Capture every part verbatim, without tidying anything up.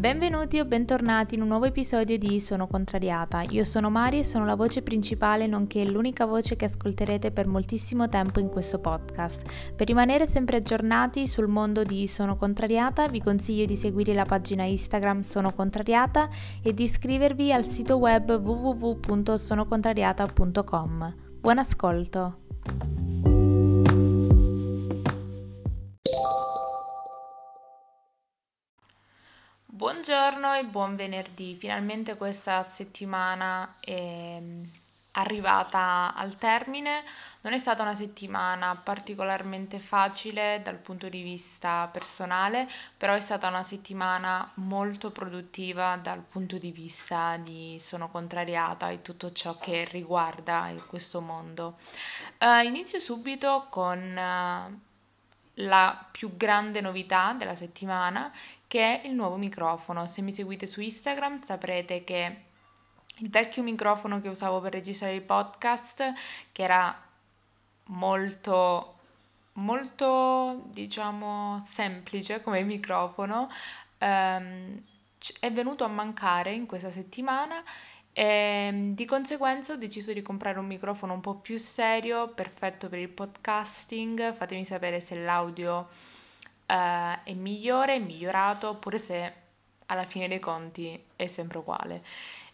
Benvenuti o bentornati in un nuovo episodio di Sono Contrariata. Io sono Mari e sono la voce principale nonché l'unica voce che ascolterete per moltissimo tempo in questo podcast. Per rimanere sempre aggiornati sul mondo di Sono Contrariata vi consiglio di seguire la pagina Instagram Sono Contrariata e di iscrivervi al sito web w w w punto sono contrariata punto com. Buon ascolto! Buongiorno e buon venerdì, finalmente questa settimana è arrivata al termine. Non è stata una settimana particolarmente facile dal punto di vista personale, però è stata una settimana molto produttiva dal punto di vista di Sono Contrariata e tutto ciò che riguarda questo mondo. Uh, inizio subito con uh, la più grande novità della settimana, che è il nuovo microfono. Se mi seguite su Instagram saprete che il vecchio microfono che usavo per registrare i podcast, che era molto molto diciamo semplice come microfono, ehm, è venuto a mancare in questa settimana e di conseguenza ho deciso di comprare un microfono un po' più serio, perfetto per il podcasting. Fatemi sapere se l'audio eh, è migliore, è migliorato, oppure se alla fine dei conti è sempre uguale.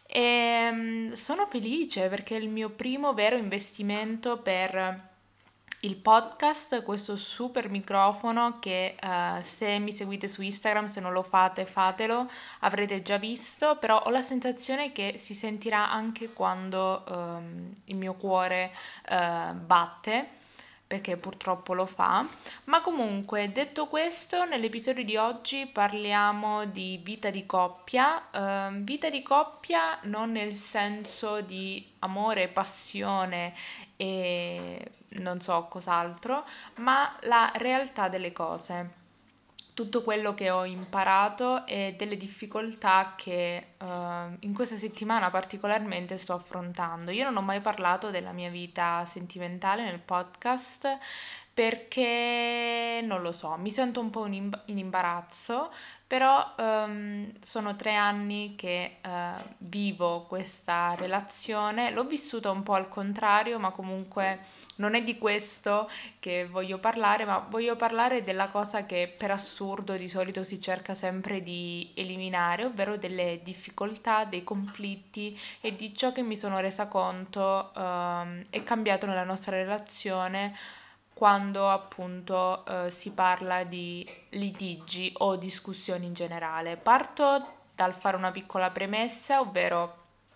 E sono felice perché è il mio primo vero investimento per il podcast, questo super microfono che uh, se mi seguite su Instagram, se non lo fate, fatelo, avrete già visto, però ho la sensazione che si sentirà anche quando um, il mio cuore uh, batte, perché purtroppo lo fa. Ma comunque, detto questo, nell'episodio di oggi parliamo di vita di coppia, uh, vita di coppia non nel senso di amore, passione e non so cos'altro, ma la realtà delle cose. Tutto quello che ho imparato e delle difficoltà che uh, in questa settimana particolarmente sto affrontando. Io non ho mai parlato della mia vita sentimentale nel podcast perché non lo so, mi sento un po' in, imb- in imbarazzo, però um, sono tre anni che uh, vivo questa relazione, l'ho vissuta un po' al contrario, ma comunque non è di questo che voglio parlare, ma voglio parlare della cosa che per assurdo di solito si cerca sempre di eliminare, ovvero delle difficoltà, dei conflitti e di ciò che mi sono resa conto um, è cambiato nella nostra relazione quando appunto uh, si parla di litigi o discussioni in generale. Parto dal fare una piccola premessa, ovvero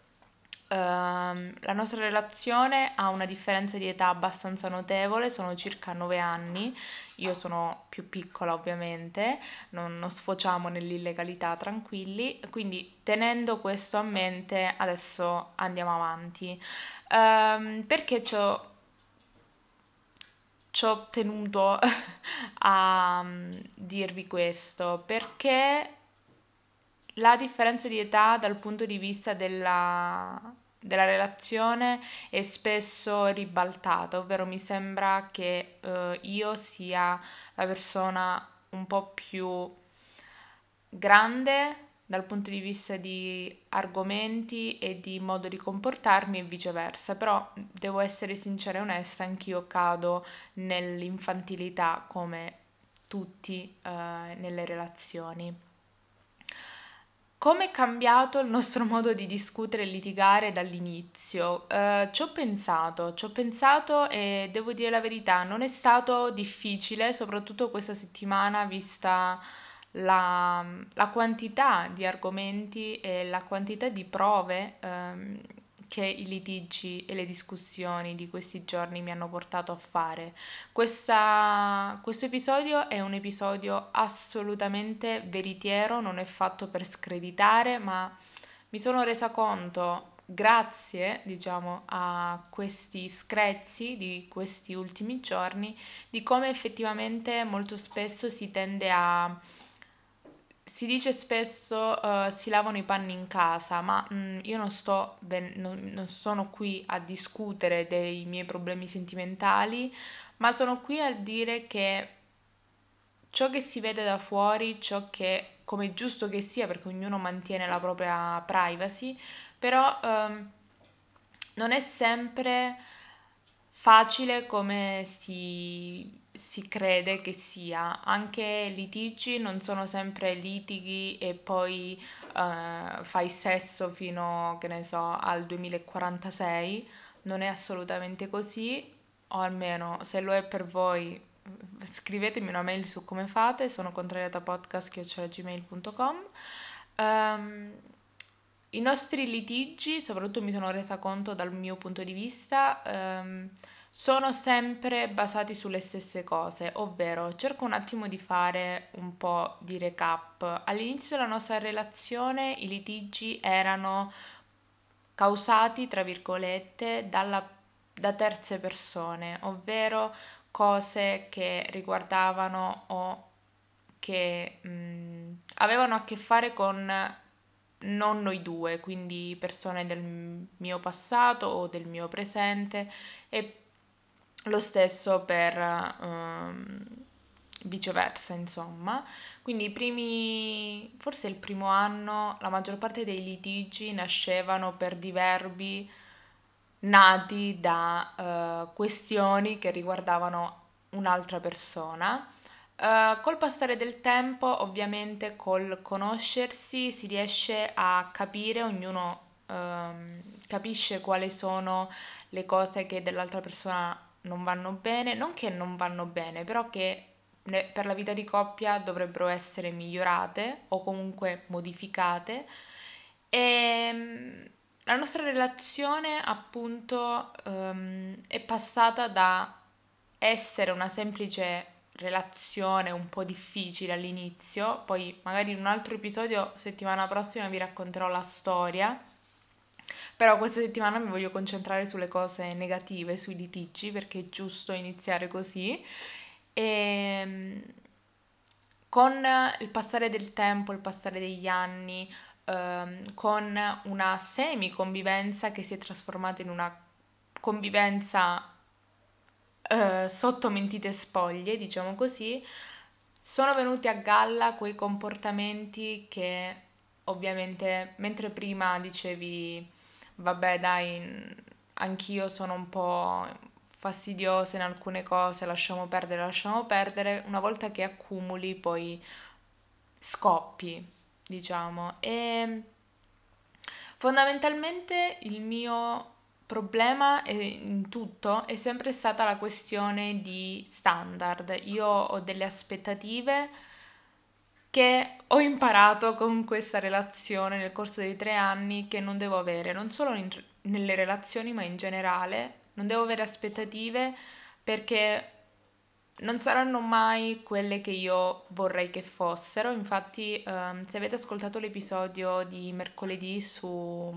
Uh, la nostra relazione ha una differenza di età abbastanza notevole, sono circa nove anni, io sono più piccola ovviamente, non, non sfociamo nell'illegalità, tranquilli, quindi tenendo questo a mente adesso andiamo avanti. Uh, perché ci ho ci ho tenuto a um, dirvi questo? Perché la differenza di età dal punto di vista della, della relazione è spesso ribaltata, ovvero mi sembra che eh, io sia la persona un po' più grande dal punto di vista di argomenti e di modo di comportarmi e viceversa, però devo essere sincera e onesta, anch'io cado nell'infantilità come tutti eh, nelle relazioni. Come è cambiato il nostro modo di discutere e litigare dall'inizio? Eh, ci ho pensato, ci ho pensato e devo dire la verità, non è stato difficile, soprattutto questa settimana, vista la, la quantità di argomenti e la quantità di prove ehm, che i litigi e le discussioni di questi giorni mi hanno portato a fare. Questa, questo episodio è un episodio assolutamente veritiero, non è fatto per screditare, ma mi sono resa conto, grazie, diciamo, a questi screzi di questi ultimi giorni, di come effettivamente molto spesso si tende a si dice spesso uh, si lavano i panni in casa, ma mm, io non sto ben- non, non sono qui a discutere dei miei problemi sentimentali, ma sono qui a dire che ciò che si vede da fuori, ciò che, come è giusto che sia, perché ognuno mantiene la propria privacy, però ehm, non è sempre facile come si, si crede che sia. Anche litigi non sono sempre litighi e poi eh, fai sesso fino, che ne so, al duemilaquarantasei. Non è assolutamente così, o almeno se lo è per voi, scrivetemi una mail su come fate. Sono contrariatapodcast chiocciola gmail punto com. Ehm, I nostri litigi, soprattutto mi sono resa conto dal mio punto di vista, ehm, sono sempre basati sulle stesse cose, ovvero cerco un attimo di fare un po' di recap. All'inizio della nostra relazione i litigi erano causati, tra virgolette, dalla- da terze persone, ovvero cose che riguardavano o che mh, avevano a che fare con non noi due, quindi persone del mio passato o del mio presente, e lo stesso per ehm, viceversa, insomma. Quindi i primi, forse il primo anno, la maggior parte dei litigi nascevano per diverbi nati da eh, questioni che riguardavano un'altra persona. Eh, col passare del tempo, ovviamente, col conoscersi, si riesce a capire, ognuno ehm, capisce quali sono le cose che dell'altra persona non vanno bene, non che non vanno bene, però che ne- per la vita di coppia dovrebbero essere migliorate o comunque modificate. E la nostra relazione, appunto, ehm, è passata da essere una semplice relazione un po' difficile all'inizio, poi magari in un altro episodio settimana prossima vi racconterò la storia, però questa settimana mi voglio concentrare sulle cose negative, sui litigi, perché è giusto iniziare così. E con il passare del tempo, il passare degli anni, ehm, con una semi-convivenza che si è trasformata in una convivenza eh, sotto mentite spoglie, diciamo così, sono venuti a galla quei comportamenti che ovviamente, mentre prima dicevi, vabbè, dai, n- anch'io sono un po' fastidiosa in alcune cose, lasciamo perdere, lasciamo perdere, una volta che accumuli poi scoppi, diciamo. E fondamentalmente il mio problema è- in tutto è sempre stata la questione di standard. Io ho delle aspettative che ho imparato con questa relazione nel corso dei tre anni che non devo avere, non solo in- nelle relazioni, ma in generale. Non devo avere aspettative perché non saranno mai quelle che io vorrei che fossero. Infatti, ehm, se avete ascoltato l'episodio di mercoledì su,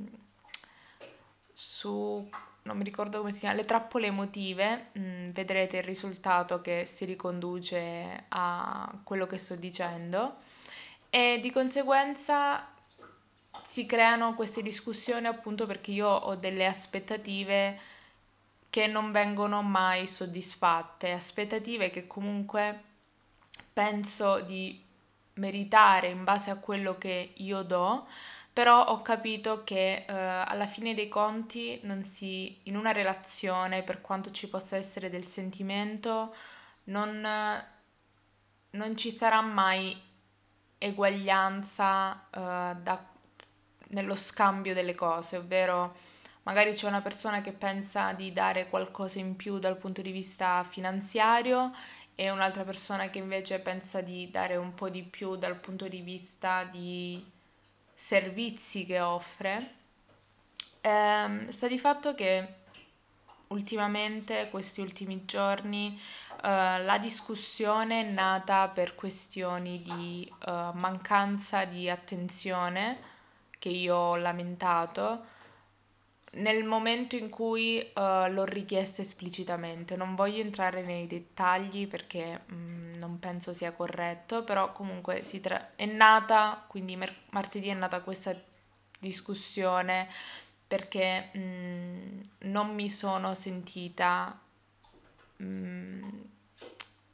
su, non mi ricordo come si chiama, le trappole emotive, mh, vedrete il risultato che si riconduce a quello che sto dicendo, e di conseguenza si creano queste discussioni appunto perché io ho delle aspettative che non vengono mai soddisfatte, aspettative che comunque penso di meritare in base a quello che io do, però ho capito che eh, alla fine dei conti non si, in una relazione, per quanto ci possa essere del sentimento, non, non ci sarà mai eguaglianza eh, da- nello scambio delle cose, ovvero magari c'è una persona che pensa di dare qualcosa in più dal punto di vista finanziario e un'altra persona che invece pensa di dare un po' di più dal punto di vista di servizi che offre. Ehm, sta di fatto che ultimamente, questi ultimi giorni, eh, la discussione è nata per questioni di eh, mancanza di attenzione che io ho lamentato nel momento in cui eh, l'ho richiesta esplicitamente. Non voglio entrare nei dettagli perché mm, non penso sia corretto, però comunque si tra- è nata, quindi mer- martedì è nata questa discussione perché mm, non mi sono sentita, mm,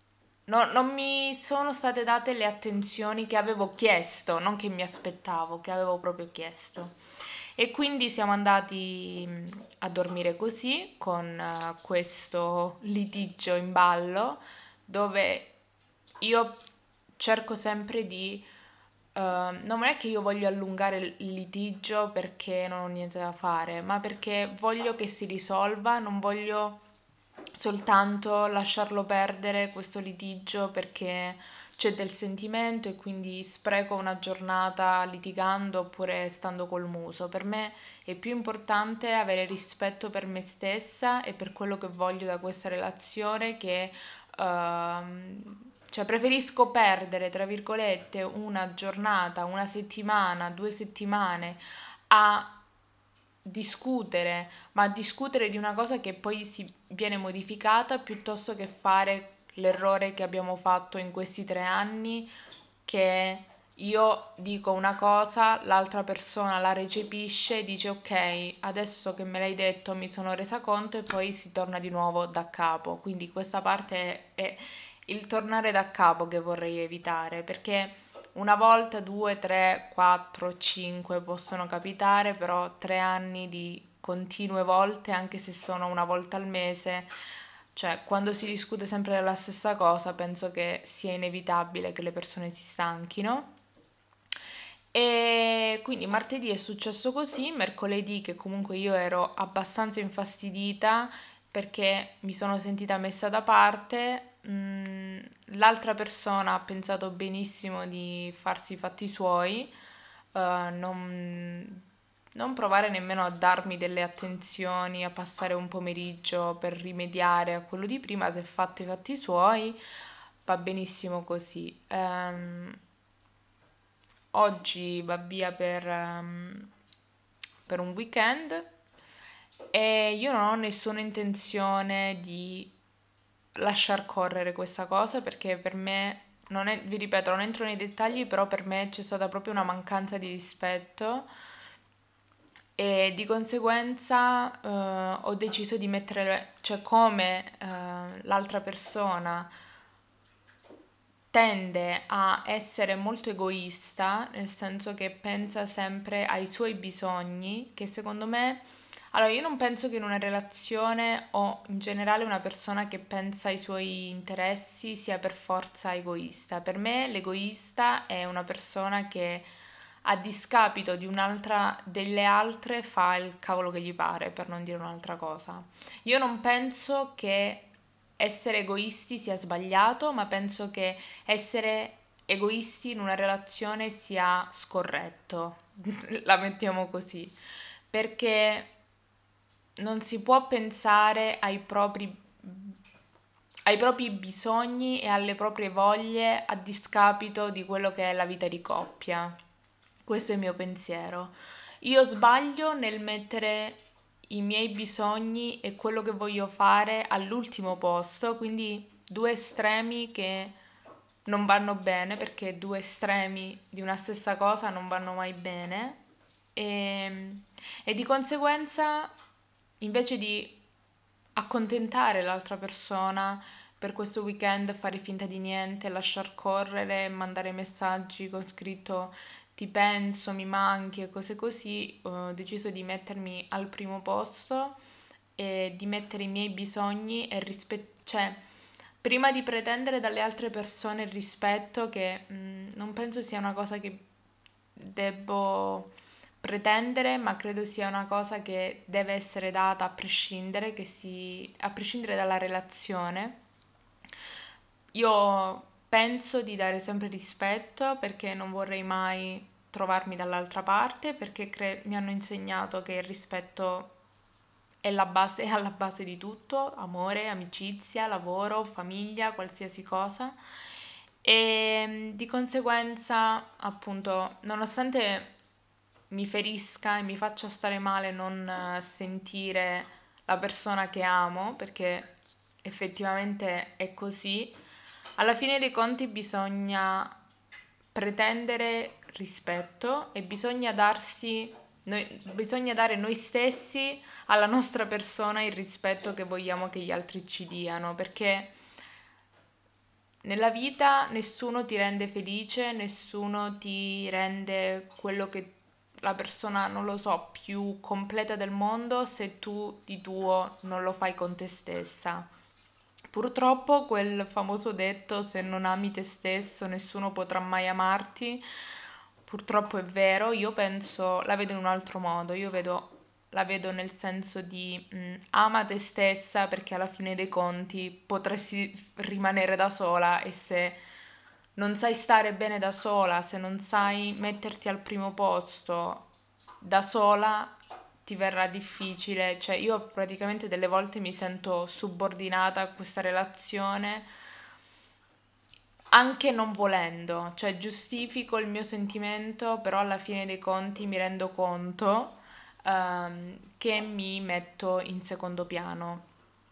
no- non mi sono state date le attenzioni che avevo chiesto, non che mi aspettavo, che avevo proprio chiesto. E quindi siamo andati mm, a dormire così, con eh, questo litigio in ballo, dove io cerco sempre di... eh, non è che io voglio allungare il litigio perché non ho niente da fare, ma perché voglio che si risolva, non voglio soltanto lasciarlo perdere questo litigio perché c'è del sentimento e quindi spreco una giornata litigando oppure stando col muso. Per me è più importante avere rispetto per me stessa e per quello che voglio da questa relazione che ehm, cioè preferisco perdere, tra virgolette, una giornata, una settimana, due settimane a discutere, ma discutere di una cosa che poi si viene modificata piuttosto che fare l'errore che abbiamo fatto in questi tre anni, che io dico una cosa, l'altra persona la recepisce e dice ok, adesso che me l'hai detto mi sono resa conto e poi si torna di nuovo da capo. Quindi questa parte è, è il tornare da capo che vorrei evitare, perché una volta, due, tre, quattro, cinque possono capitare, però tre anni di continue volte, anche se sono una volta al mese, cioè quando si discute sempre della stessa cosa, penso che sia inevitabile che le persone si stanchino. E quindi martedì è successo così, mercoledì che comunque io ero abbastanza infastidita perché mi sono sentita messa da parte, mm, l'altra persona ha pensato benissimo di farsi i fatti suoi, eh, non, non provare nemmeno a darmi delle attenzioni, a passare un pomeriggio per rimediare a quello di prima, si è fatto i fatti suoi, va benissimo così. Ehm, Oggi va via per, ehm, per un weekend e io non ho nessuna intenzione di lasciar correre questa cosa perché per me, non è, vi ripeto, non entro nei dettagli, però per me c'è stata proprio una mancanza di rispetto e di conseguenza eh, ho deciso di mettere, cioè come eh, l'altra persona tende a essere molto egoista, nel senso che pensa sempre ai suoi bisogni, che secondo me, allora io non penso che in una relazione o in generale una persona che pensa ai suoi interessi sia per forza egoista. Per me l'egoista è una persona che a discapito di un'altra delle altre fa il cavolo che gli pare, per non dire un'altra cosa. Io non penso che essere egoisti sia sbagliato, ma penso che essere egoisti in una relazione sia scorretto, la mettiamo così, perché non si può pensare ai propri, ai propri bisogni e alle proprie voglie a discapito di quello che è la vita di coppia. Questo è il mio pensiero. Io sbaglio nel mettere i miei bisogni e quello che voglio fare all'ultimo posto, quindi due estremi che non vanno bene perché due estremi di una stessa cosa non vanno mai bene e, e di conseguenza invece di accontentare l'altra persona per questo weekend, fare finta di niente, lasciar correre, mandare messaggi con scritto ti penso, mi manchi e cose così, ho deciso di mettermi al primo posto e di mettere i miei bisogni e rispet- cioè prima di pretendere dalle altre persone il rispetto, che mh, non penso sia una cosa che debbo pretendere, ma credo sia una cosa che deve essere data a prescindere, che si, a prescindere dalla relazione. Io penso di dare sempre rispetto perché non vorrei mai trovarmi dall'altra parte, perché cre- mi hanno insegnato che il rispetto è la base, è alla base di tutto, amore, amicizia, lavoro, famiglia, qualsiasi cosa. E mm, di conseguenza, appunto, nonostante mi ferisca e mi faccia stare male non eh, sentire la persona che amo, perché effettivamente è così, alla fine dei conti bisogna pretendere rispetto e bisogna darsi, noi, bisogna dare noi stessi alla nostra persona il rispetto che vogliamo che gli altri ci diano, perché nella vita nessuno ti rende felice, nessuno ti rende quello che la persona, non lo so, più completa del mondo se tu di tuo non lo fai con te stessa. Purtroppo quel famoso detto se non ami te stesso nessuno potrà mai amarti, purtroppo è vero, io penso, la vedo in un altro modo, io vedo, la vedo nel senso di mh, ama te stessa perché alla fine dei conti potresti rimanere da sola e se non sai stare bene da sola, se non sai metterti al primo posto da sola, ti verrà difficile. Cioè, io praticamente delle volte mi sento subordinata a questa relazione anche non volendo, cioè giustifico il mio sentimento, però alla fine dei conti mi rendo conto ehm, che mi metto in secondo piano.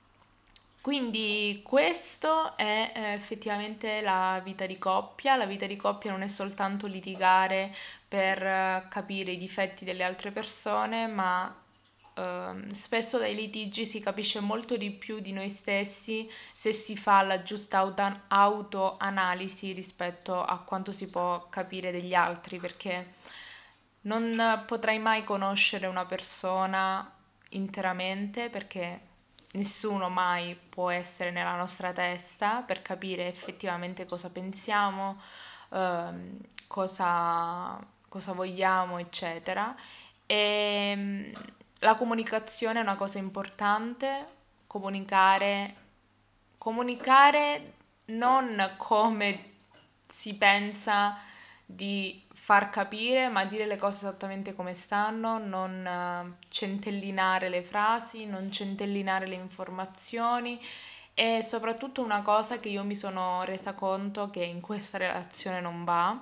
Quindi questo è eh, effettivamente la vita di coppia. La vita di coppia non è soltanto litigare per eh, capire i difetti delle altre persone, ma ehm, spesso dai litigi si capisce molto di più di noi stessi se si fa la giusta auto- autoanalisi rispetto a quanto si può capire degli altri, perché non potrai mai conoscere una persona interamente perché nessuno mai può essere nella nostra testa per capire effettivamente cosa pensiamo, ehm, cosa, cosa vogliamo, eccetera. E mm, la comunicazione è una cosa importante, comunicare, comunicare non come si pensa di far capire, ma dire le cose esattamente come stanno, non eh, centellinare le frasi, non centellinare le informazioni e soprattutto una cosa che io mi sono resa conto che in questa relazione non va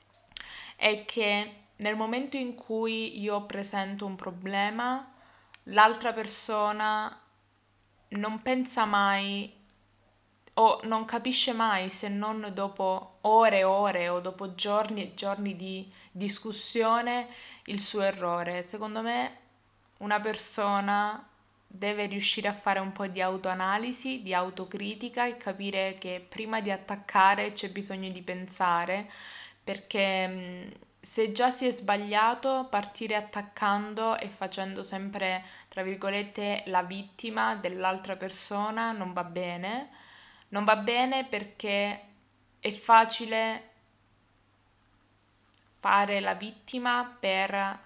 è che nel momento in cui io presento un problema, l'altra persona non pensa mai o non capisce mai se non dopo ore e ore o dopo giorni e giorni di discussione il suo errore. Secondo me una persona deve riuscire a fare un po' di autoanalisi, di autocritica e capire che prima di attaccare c'è bisogno di pensare, perché mh, se già si è sbagliato, partire attaccando e facendo sempre, tra virgolette, la vittima dell'altra persona non va bene. Non va bene perché è facile fare la vittima per,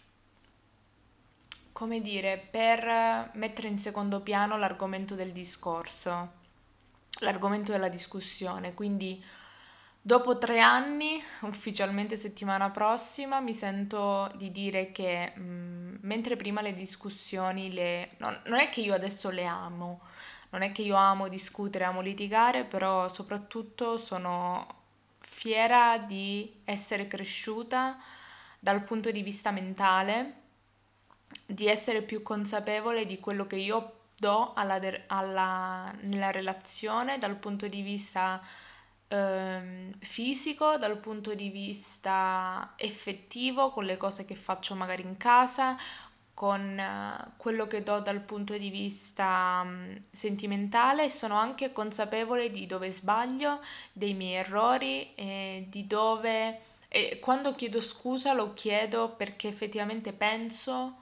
come dire, per mettere in secondo piano l'argomento del discorso, l'argomento della discussione. Quindi dopo tre anni, ufficialmente settimana prossima, mi sento di dire che mh, mentre prima le discussioni le... non, non è che io adesso le amo, non è che io amo discutere, amo litigare, però soprattutto sono fiera di essere cresciuta dal punto di vista mentale, di essere più consapevole di quello che io do alla de- alla- nella relazione dal punto di vista ehm, fisico, dal punto di vista effettivo, con le cose che faccio magari in casa, con eh, quello che do dal punto di vista mm, sentimentale e sono anche consapevole di dove sbaglio, dei miei errori e di dove... E quando chiedo scusa lo chiedo perché effettivamente penso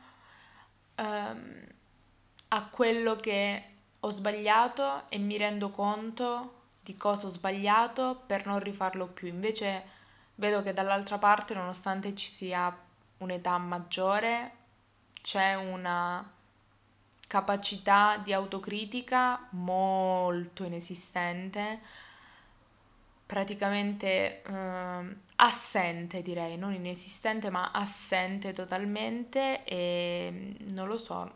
ehm, a quello che ho sbagliato e mi rendo conto di cosa ho sbagliato per non rifarlo più. Invece vedo che dall'altra parte, nonostante ci sia un'età maggiore, c'è una capacità di autocritica molto inesistente, praticamente ehm, assente direi, non inesistente ma assente totalmente e non lo so.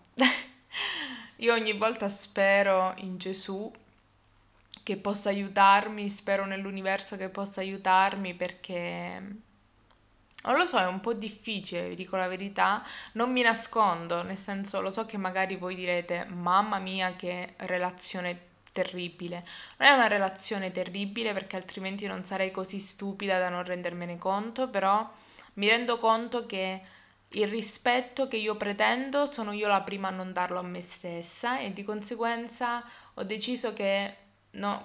Io ogni volta spero in Gesù che possa aiutarmi, spero nell'universo che possa aiutarmi perché non lo so, è un po' difficile, vi dico la verità, non mi nascondo, nel senso lo so che magari voi direte, mamma mia che relazione terribile. Non è una relazione terribile perché altrimenti non sarei così stupida da non rendermene conto, però mi rendo conto che il rispetto che io pretendo sono io la prima a non darlo a me stessa e di conseguenza ho deciso che no, quest-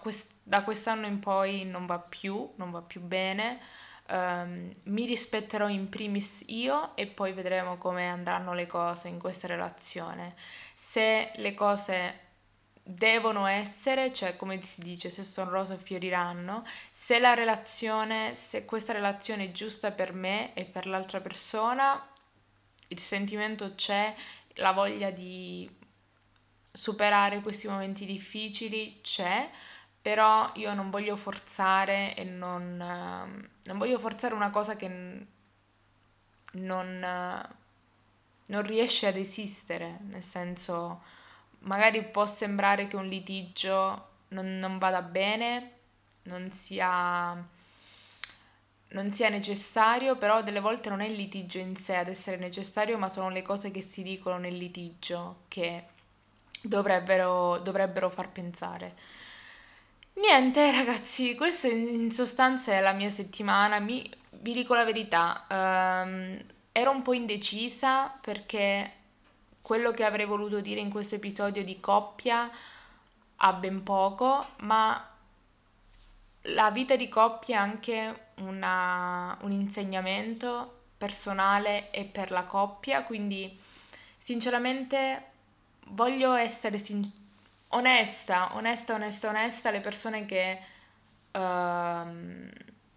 da quest'anno in poi non va più, non va più bene. Ehm, mi rispetterò in primis io e poi vedremo come andranno le cose in questa relazione. Se le cose devono essere, cioè come si dice, se sono rose fioriranno, se la relazione, se questa relazione è giusta per me e per l'altra persona, il sentimento c'è, la voglia di superare questi momenti difficili c'è, però io non voglio forzare e non, ehm, non voglio forzare una cosa che n- non, eh, non riesce ad esistere, nel senso, magari può sembrare che un litigio non, non vada bene, non sia, non sia necessario, però delle volte non è il litigio in sé ad essere necessario, ma sono le cose che si dicono nel litigio che dovrebbero, dovrebbero far pensare. Niente, ragazzi, questa in in sostanza è la mia settimana. Mi, vi dico la verità, ehm, ero un po' indecisa perché quello che avrei voluto dire in questo episodio di coppia ha ben poco, ma la vita di coppia è anche una- un insegnamento personale e per la coppia, quindi sinceramente voglio essere sin- onesta, onesta, onesta, onesta, le persone che ehm,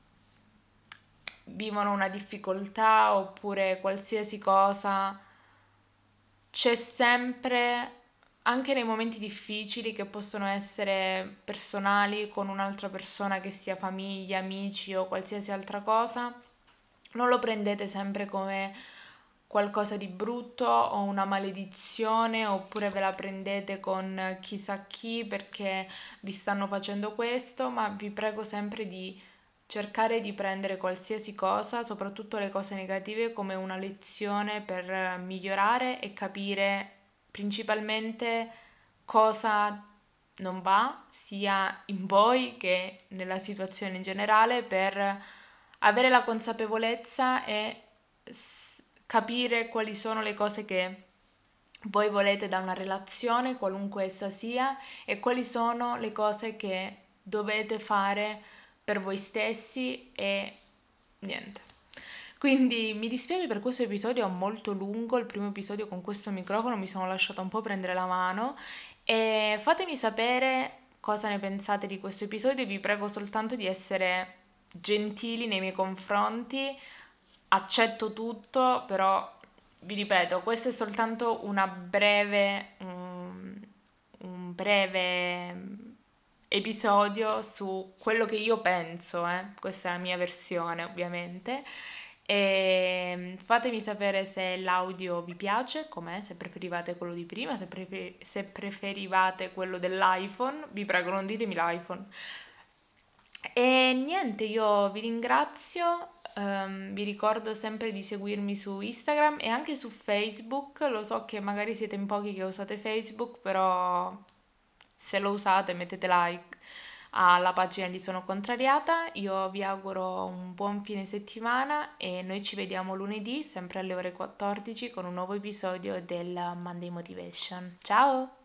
vivono una difficoltà oppure qualsiasi cosa, c'è sempre, anche nei momenti difficili che possono essere personali con un'altra persona, che sia famiglia, amici o qualsiasi altra cosa, non lo prendete sempre come qualcosa di brutto o una maledizione, oppure ve la prendete con chissà chi perché vi stanno facendo questo, ma vi prego sempre di cercare di prendere qualsiasi cosa, soprattutto le cose negative, come una lezione per migliorare e capire principalmente cosa non va, sia in voi che nella situazione in generale, per avere la consapevolezza e s- capire quali sono le cose che voi volete da una relazione, qualunque essa sia, e quali sono le cose che dovete fare per voi stessi e niente. Quindi mi dispiace per questo episodio molto lungo, il primo episodio con questo microfono, mi sono lasciata un po' prendere la mano e fatemi sapere cosa ne pensate di questo episodio, vi prego soltanto di essere gentili nei miei confronti, accetto tutto, però vi ripeto, questo è soltanto una breve, um, un breve episodio su quello che io penso, eh. Questa è la mia versione, ovviamente. E fatemi sapere se l'audio vi piace, com'è, se preferivate quello di prima, se, prefer- se preferivate quello dell'iPhone. Vi prego, non ditemi l'iPhone. E niente, io vi ringrazio, ehm, vi ricordo sempre di seguirmi su Instagram e anche su Facebook. Lo so che magari siete in pochi che usate Facebook, però se lo usate mettete like alla pagina di Sono Contrariata. Io vi auguro un buon fine settimana e noi ci vediamo lunedì, sempre alle ore quattordici, con un nuovo episodio del Monday Motivation. Ciao!